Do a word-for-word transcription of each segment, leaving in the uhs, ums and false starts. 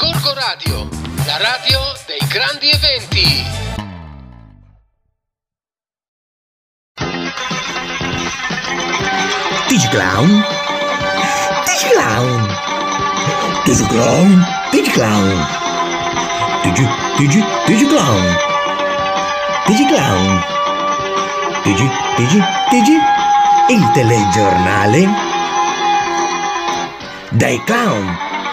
Gorgo Radio, la radio dei grandi eventi. Digiclown, Digiclown, Digiclown, Digiclown, Digi, Digi, Digiclown, Digiclown, Digi, Digi, Digi, il telegiornale dei clown.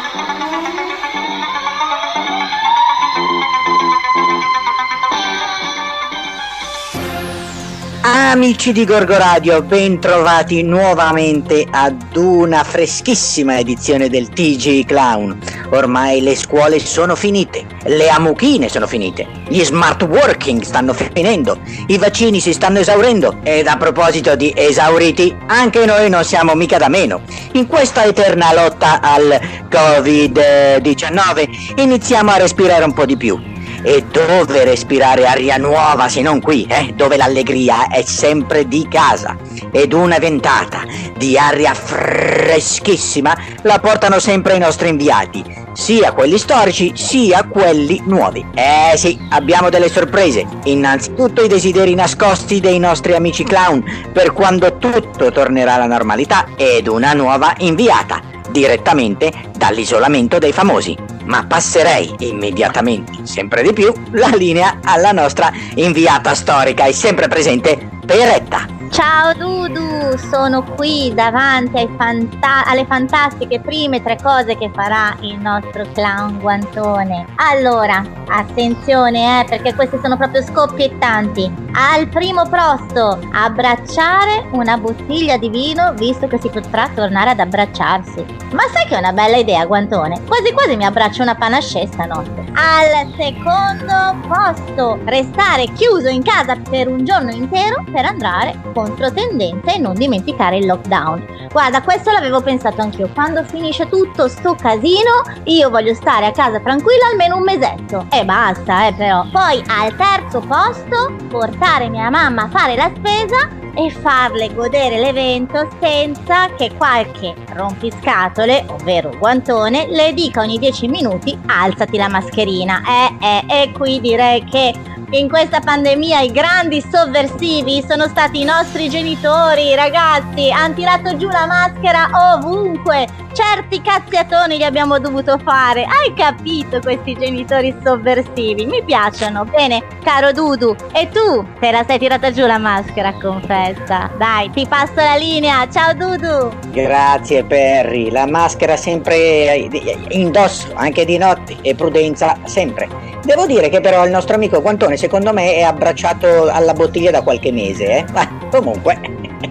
Amici di Gorgo Radio, ben trovati nuovamente ad una freschissima edizione del T G Clown. Ormai le scuole sono finite, le amuchine sono finite, gli smart working stanno finendo, i vaccini si stanno esaurendo ed a proposito di esauriti, anche noi non siamo mica da meno. In questa eterna lotta al covid diciannove iniziamo a respirare un po' di più. E dove respirare aria nuova se non qui, eh? Dove l'allegria è sempre di casa. Ed una ventata di aria freschissima la portano sempre i nostri inviati, sia quelli storici sia quelli nuovi. Eh sì, abbiamo delle sorprese. Innanzitutto i desideri nascosti dei nostri amici clown per quando tutto tornerà alla normalità ed una nuova inviata direttamente dall'isolamento dei famosi. Ma passerei immediatamente, sempre di più, la linea alla nostra inviata storica e sempre presente Peretta. Ciao Dudu, sono qui davanti ai fanta- alle fantastiche prime tre cose che farà il nostro clown guantone. Allora, attenzione eh, perché questi sono proprio scoppiettanti. Al primo posto, abbracciare una bottiglia di vino, visto che si potrà tornare ad abbracciarsi. Ma sai che è una bella idea, guantone? Quasi quasi mi abbraccio una panache stanotte. Al secondo posto, restare chiuso in casa per un giorno intero per andare controtendenza e non dimenticare il lockdown. Guarda, questo l'avevo pensato anch'io. Quando finisce tutto sto casino, io voglio stare a casa tranquilla almeno un mesetto. E basta, eh, però. Poi al terzo posto, portare mia mamma a fare la spesa e farle godere l'evento senza che qualche rompiscatole, ovvero guantone, le dica ogni dieci minuti alzati la mascherina. Eh, eh, e qui direi che in questa pandemia i grandi sovversivi sono stati i nostri genitori, ragazzi. Han tirato giù la maschera ovunque. Certi cazziatoni li abbiamo dovuto fare. Hai capito questi genitori sovversivi? Mi piacciono. Bene, caro Dudu. E tu? Te la sei tirata giù la maschera, confessa. Dai, ti passo la linea. Ciao Dudu. Grazie Perry. La maschera sempre indosso, anche di notte, e prudenza sempre. Devo dire che però il nostro amico Guantone secondo me è abbracciato alla bottiglia da qualche mese, eh? Ma comunque.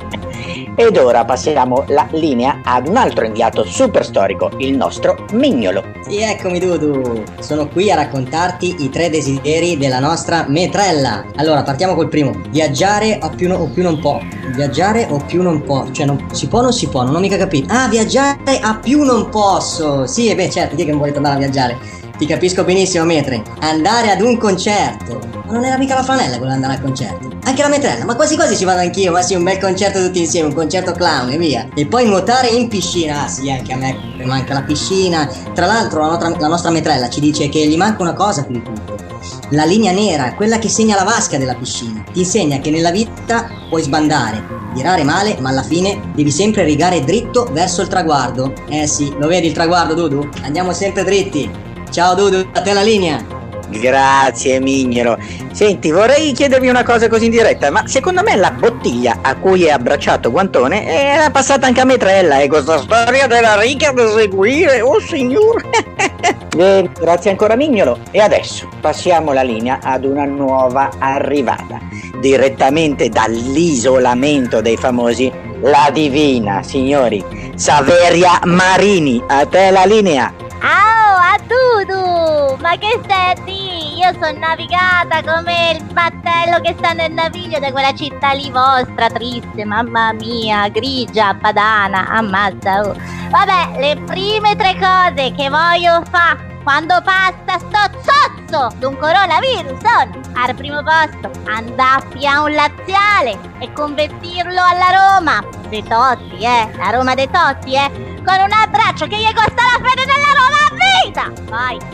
Ed ora passiamo la linea ad un altro inviato super storico, il nostro Mignolo. Sì, eccomi Dudu, sono qui a raccontarti i tre desideri della nostra metrella. Allora, partiamo col primo. Viaggiare o più, no, o più non può. Viaggiare o più non può. Cioè, non, si può o non si può, non ho mica capito. Ah, viaggiare a più non posso. Sì, e beh, certo, chi è che non vuole tornare a viaggiare? Ti capisco benissimo, Metre. Andare ad un concerto. Ma non era mica la flanella quella di andare al concerto. Anche la metrella, ma quasi quasi ci vado anch'io. Ma sì, un bel concerto tutti insieme, un concerto clown e via. E poi nuotare in piscina. Ah sì, anche a me manca la piscina. Tra l'altro la nostra, la nostra metrella ci dice che gli manca una cosa più di tutto. La linea nera, quella che segna la vasca della piscina. Ti insegna che nella vita puoi sbandare, virare male, ma alla fine devi sempre rigare dritto verso il traguardo. Eh sì, lo vedi il traguardo, Dudu? Andiamo sempre dritti. Ciao Dudu, a te la linea. Grazie Mignolo. Senti, vorrei chiedervi una cosa così in diretta, ma secondo me la bottiglia a cui è abbracciato Guantone era passata anche a metrella e questa storia della riga da seguire, oh signore. eh, grazie ancora Mignolo. E adesso passiamo la linea ad una nuova arrivata, direttamente dall'isolamento dei famosi, la divina, signori, Saveria Marini. A te la linea. Oh, a Dudu! Ma che stai a dire? Io sono navigata come il battello che sta nel naviglio da quella città lì vostra, triste, mamma mia, grigia, padana, ammazza. Oh. Vabbè, le prime tre cose che voglio fare quando passa sto zozzo d'un coronavirus sono: al primo posto, andare a un laziale e convertirlo alla Roma dei Totti, eh, la Roma dei Totti, eh, con un abbraccio che gli costa la fede della Roma a vita. Poi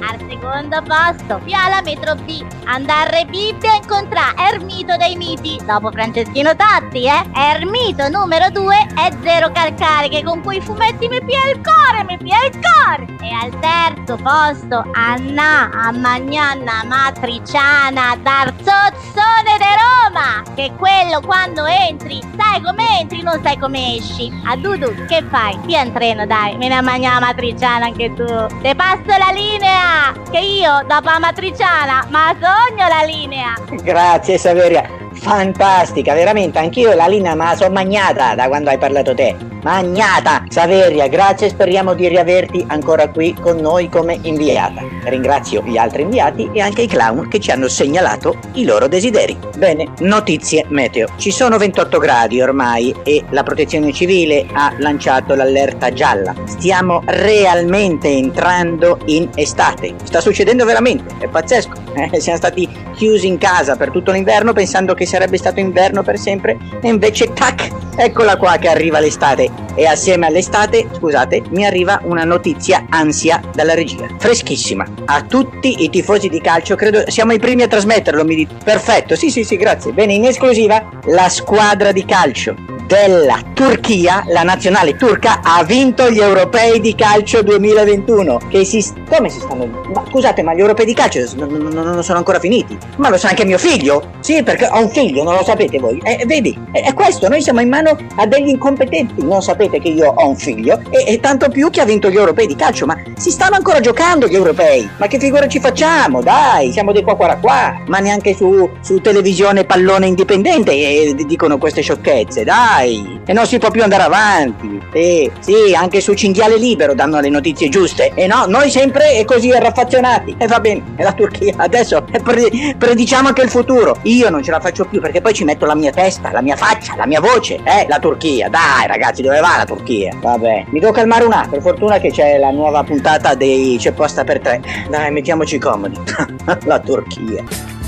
Secondo posto, Piala Metro B. Andare Bibbia a incontrare Ermito dei Miti. Dopo Franceschino Totti, eh? Ermito numero due è Zero Calcariche, con cui fumetti mi pia il cuore, mi pia il cuore. E al terzo posto, Anna, a Magnanna Matriciana d'Arzozzone de Roma. Che è quello quando entri, sai come entri, non sai come esci. A Dudu, che fai? Via in treno, dai, vieni a mangiare la matriciana anche tu. Te passo la linea, che io dopo la matriciana ma sogno la linea. Grazie Saveria, fantastica, veramente, anch'io la linea me la sono magnata da quando hai parlato te. Magnata! Saveria, grazie, speriamo di riaverti ancora qui con noi come inviata. Ringrazio gli altri inviati e anche i clown che ci hanno segnalato i loro desideri. Bene, notizie meteo. Ci sono ventotto gradi ormai e la protezione civile ha lanciato l'allerta gialla. Stiamo realmente entrando in estate. Sta succedendo veramente, è pazzesco. Eh, siamo stati chiusi in casa per tutto l'inverno pensando che sarebbe stato inverno per sempre e invece tac, eccola qua che arriva l'estate. E assieme all'estate, scusate, mi arriva una notizia ansia dalla regia, freschissima. A tutti i tifosi di calcio, credo siamo i primi a trasmetterlo, mi dite. Perfetto, sì sì sì, grazie. Bene, in esclusiva, la squadra di calcio della Turchia, la nazionale turca, ha vinto gli europei di calcio duemilaventuno. Che si... come si stanno... Ma scusate, ma gli europei di calcio non, non, non sono ancora finiti? Ma lo sa anche mio figlio? Sì, perché ho un figlio, non lo sapete voi? Eh, vedi, è, è questo, noi siamo in mano a degli incompetenti. Non sapete che io ho un figlio e, e tanto più che ha vinto gli europei di calcio. Ma si stanno ancora giocando gli europei? Ma che figura ci facciamo? Dai, siamo dei qua qua qua. Ma neanche su, su televisione pallone indipendente e dicono queste sciocchezze, dai. E non si può più andare avanti. Sì, sì, anche su Cinghiale Libero danno le notizie giuste. E no, noi sempre e così raffazzonati. E va bene, è la Turchia. Adesso pre- prediciamo anche il futuro. Io non ce la faccio più perché poi ci metto la mia testa, la mia faccia, la mia voce. Eh, la Turchia. Dai ragazzi, dove va la Turchia? Vabbè, mi devo calmare un attimo. Per fortuna che c'è la nuova puntata dei C'è posta per tre. Dai, mettiamoci comodi. La Turchia.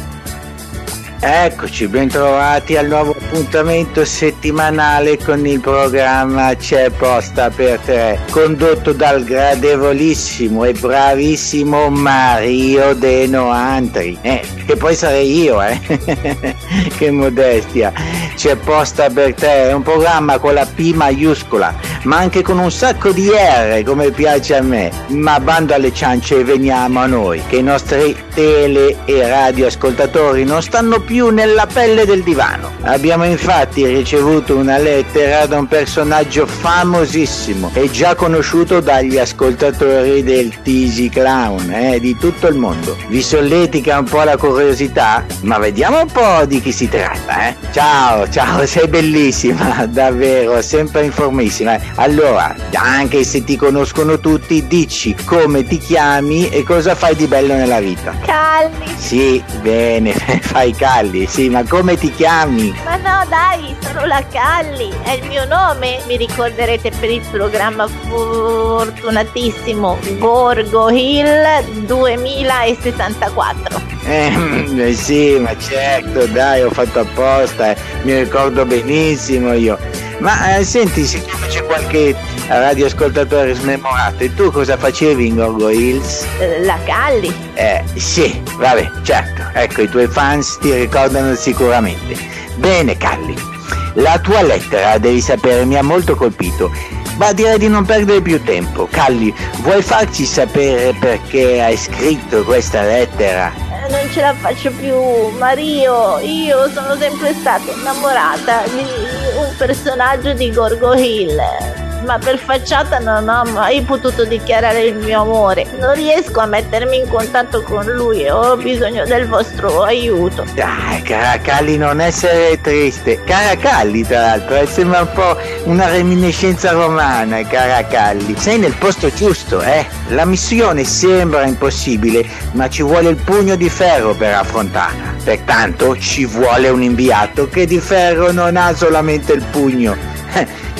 Eccoci, bentrovati al nuovo appuntamento settimanale con il programma C'è posta per tre, condotto dal gradevolissimo e bravissimo Mario De Noantri, eh, che poi sarei io, eh, che modestia. C'è posta per tre, è un programma con la P maiuscola, ma anche con un sacco di R, come piace a me. Ma bando alle ciance e veniamo a noi, che i nostri tele e radioascoltatori non stanno più nella pelle del divano. Abbiamo infatti ricevuto una lettera da un personaggio famosissimo e già conosciuto dagli ascoltatori del T G Clown, eh, di tutto il mondo. Vi solletica un po' la curiosità? Ma vediamo un po' di chi si tratta, eh. Ciao, ciao, sei bellissima, davvero, sempre informissima. Allora, anche se ti conoscono tutti, dici come ti chiami e cosa fai di bello nella vita. Calli. Sì, bene, fai Calli, sì, ma come ti chiami? Ma no, dai, sono la Calli, è il mio nome. Mi ricorderete per il programma fortunatissimo Gorgo Hill duemilasessantaquattro. Eh, sì, ma certo, dai, ho fatto apposta, eh, mi ricordo benissimo io. Ma eh, senti, siccome c'è qualche radioascoltatore smemorato, e tu cosa facevi in Gorgo Hills? La Calli. Eh, sì, vabbè, certo, ecco, i tuoi fans ti ricordano sicuramente. Bene, Calli, la tua lettera, devi sapere, mi ha molto colpito. Ma direi di non perdere più tempo. Calli, vuoi farci sapere perché hai scritto questa lettera? Non ce la faccio più, Mario. Io sono sempre stata innamorata di un personaggio di Gorgo Hill, ma per facciata non ho mai potuto dichiarare il mio amore. Non riesco a mettermi in contatto con lui e ho bisogno del vostro aiuto. Dai, cara Calli, non essere triste. Cara Calli, tra l'altro, eh, sembra un po' una reminiscenza romana, cara Calli. Sei nel posto giusto, eh? La missione sembra impossibile, ma ci vuole il pugno di ferro per affrontarla. Pertanto ci vuole un inviato che di ferro non ha solamente il pugno.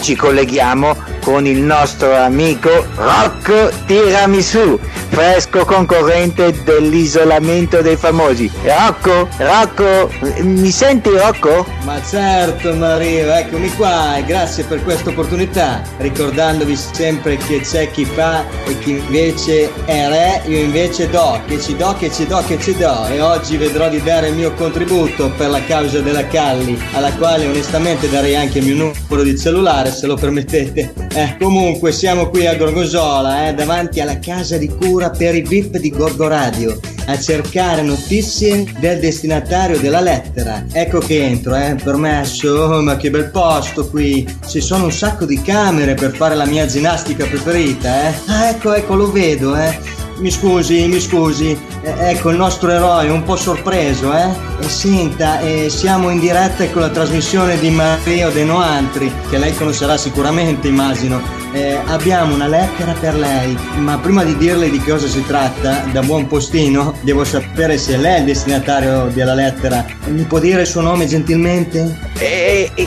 ci colleghiamo con il nostro amico Rocco Tiramisù, fresco concorrente dell'isolamento dei famosi. Rocco, Rocco, mi senti Rocco? Ma certo Mario, eccomi qua e grazie per questa opportunità, ricordandovi sempre che c'è chi fa e chi invece è re, io invece do, che ci do, che ci do, che ci do, e oggi vedrò di dare il mio contributo per la causa della Calli, alla quale onestamente darei anche il mio numero di cellulare se lo permettete. Eh, comunque siamo qui a Gorgonzola, eh, davanti alla casa di cura per i V I P di Gorgo Radio, a cercare notizie del destinatario della lettera. Ecco che entro, eh, permesso, oh, ma che bel posto qui, ci sono un sacco di camere per fare la mia ginnastica preferita, eh. Ah, ecco, ecco, lo vedo, eh. Mi scusi, mi scusi, eh, ecco il nostro eroe un po' sorpreso, eh? E senta, eh, siamo in diretta con la trasmissione di Mario De Noantri, che lei conoscerà sicuramente, immagino. Eh, abbiamo una lettera per lei, ma prima di dirle di cosa si tratta, da buon postino, devo sapere se lei è il destinatario della lettera. Mi può dire il suo nome gentilmente? Eh, eh,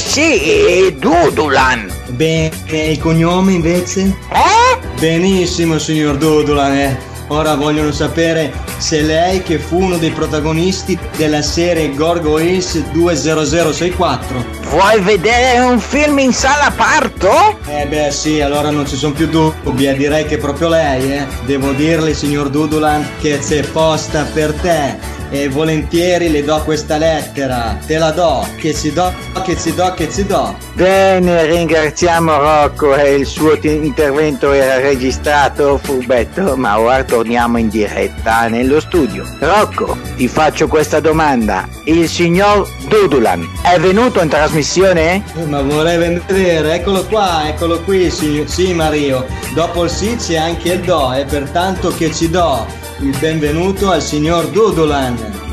sì, Dudulan. Bene, e il cognome invece? Eh? Benissimo, signor Dudulan, eh. Ora vogliono sapere se lei, che fu uno dei protagonisti della serie Gorgo Hills duemilaseiquattro. Vuoi vedere un film in sala parto? Eh beh sì, allora non ci sono più dubbi, eh, direi che è proprio lei, eh. Devo dirle, signor Dudulan, che c'è posta per te. E volentieri le do questa lettera, te la do, che ci do, che ci do, che ci do. Bene, ringraziamo Rocco, e il suo t- intervento era registrato, furbetto, ma ora torniamo in diretta nello studio. Rocco, ti faccio questa domanda, il signor Dudulan è venuto in trasmissione? Eh, ma vorrei vedere, eccolo qua, eccolo qui, signor, sì Mario, dopo il sì c'è anche il do, e pertanto che ci do il benvenuto al signor Dudulan.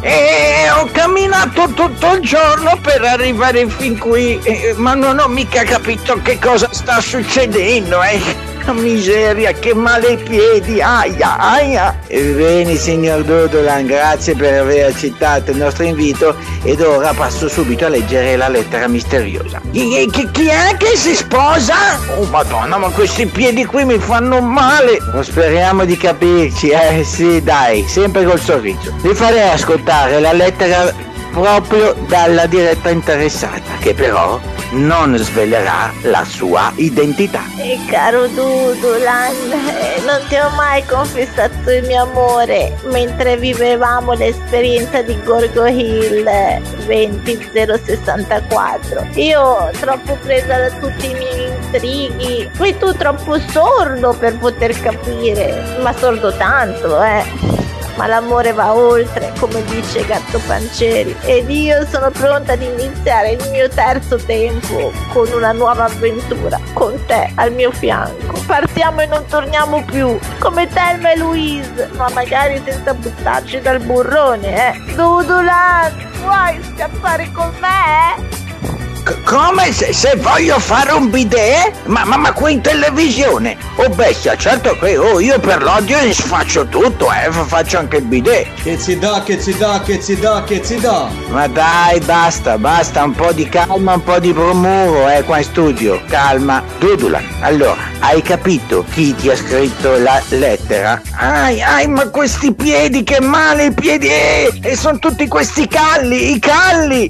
E ho camminato tutto il giorno per arrivare fin qui, eh, ma non ho mica capito che cosa sta succedendo, eh. Miseria, che male ai piedi, aia, aia. Bene, signor Dudulan, grazie per aver accettato il nostro invito, ed ora passo subito a leggere la lettera misteriosa. Chi, chi, chi è che si sposa? Oh madonna, ma questi piedi qui mi fanno male. Oh, speriamo di capirci, eh sì, dai, sempre col sorriso. Vi farei ascoltare la lettera proprio dalla diretta interessata, che però non svelerà la sua identità. E caro Dudulan, eh, non ti ho mai confessato il mio amore mentre vivevamo l'esperienza di Gorgo Hill venti zero sessantaquattro. Io troppo presa da tutti i miei intrighi e tu troppo sordo per poter capire, ma sordo tanto, eh. Ma l'amore va oltre, come dice Gatto Pancieri, ed io sono pronta ad iniziare il mio terzo tempo con una nuova avventura, con te al mio fianco. Partiamo e non torniamo più, come Thelma e Louise, ma magari senza buttarci dal burrone, eh. Dudulan, vuoi scappare con me? C- come se, se voglio fare un bidet? Ma, ma, ma qui in televisione? Oh bestia, certo che oh, io per l'audience faccio tutto, eh, faccio anche il bidet. Che ci do, che ci do, che ci do, che ci do. Ma dai, basta, basta, un po' di calma, un po' di bromuro, eh, qua in studio, calma. Dudulan, allora, hai capito chi ti ha scritto la lettera? Ai, ai, ma questi piedi, che male i piedi, eh, e sono tutti questi calli, i calli.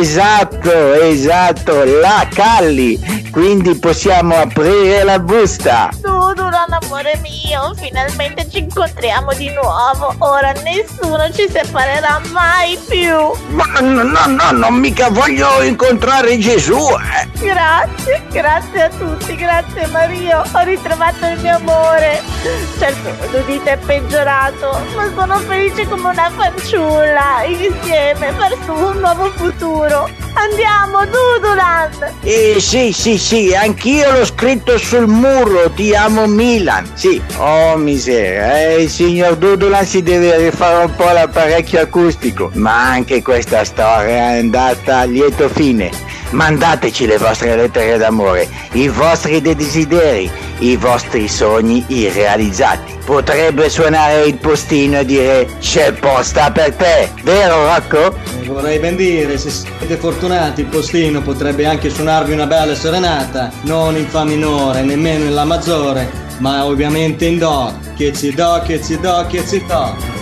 Esatto, esatto. La Calli, quindi possiamo aprire la busta. Dudulan, amore mio, finalmente ci incontriamo di nuovo. Ora nessuno ci separerà mai più. Ma no, no, no, non mica voglio incontrare Gesù, eh. Grazie, grazie a tutti, grazie Mario. Ho ritrovato il mio amore. Certo, l'udite è peggiorato, ma sono felice come una fanciulla. Insieme verso un nuovo futuro. Andiamo, Dudulan! Eh sì, sì, sì, anch'io l'ho scritto sul muro, ti amo Milan. Sì, oh miseria, eh, il signor Dudulan si deve rifare un po' l'apparecchio acustico. Ma anche questa storia è andata a lieto fine. Mandateci le vostre lettere d'amore, i vostri desideri, i vostri sogni irrealizzati. Potrebbe suonare il postino e dire c'è posta per te, vero Rocco? Vorrei ben dire, se siete fortunati il postino potrebbe anche suonarvi una bella serenata, non in fa minore, nemmeno in la maggiore, ma ovviamente in do, che ci do, che ci do, che ci do.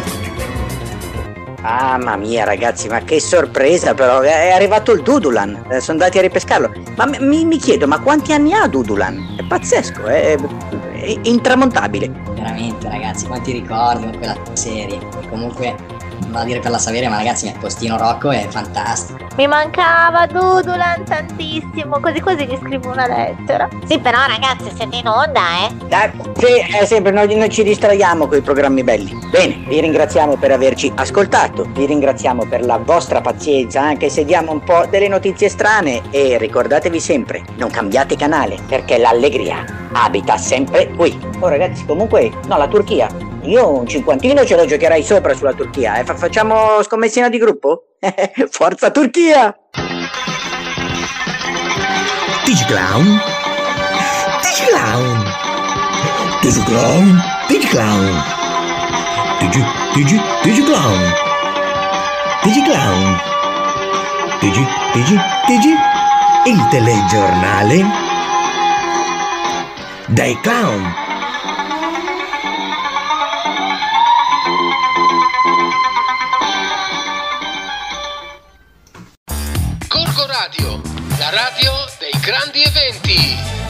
Mamma mia ragazzi, ma che sorpresa però, è arrivato il Dudulan, eh, sono andati a ripescarlo. Ma mi, mi chiedo, ma quanti anni ha Dudulan? È pazzesco, è, è intramontabile. Veramente ragazzi, quanti ricordi con quella serie. E comunque, non va a dire per la Saveria, ma ragazzi, il postino Rocco è fantastico. Mi mancava Dudulan tantissimo, così così gli scrivo una lettera. Sì, però ragazzi, siete in onda, eh? Dai, sì, è sempre, noi, noi ci distraiamo con i programmi belli. Bene, vi ringraziamo per averci ascoltato, vi ringraziamo per la vostra pazienza, anche se diamo un po' delle notizie strane, e ricordatevi sempre, non cambiate canale, perché l'allegria abita sempre qui. Oh ragazzi, comunque, no, la Turchia, io un cinquantino ce lo giocherai sopra sulla Turchia, eh? Fa- facciamo scommessina di gruppo? Forza Turchia! Digiclown, Digiclown, Digiclown, Digiclown, Digi, Digi, Digiclown, Digiclown, Digi, Digi, Digi, il telegiornale dei clown. Gorgo Radio, la radio dei grandi eventi.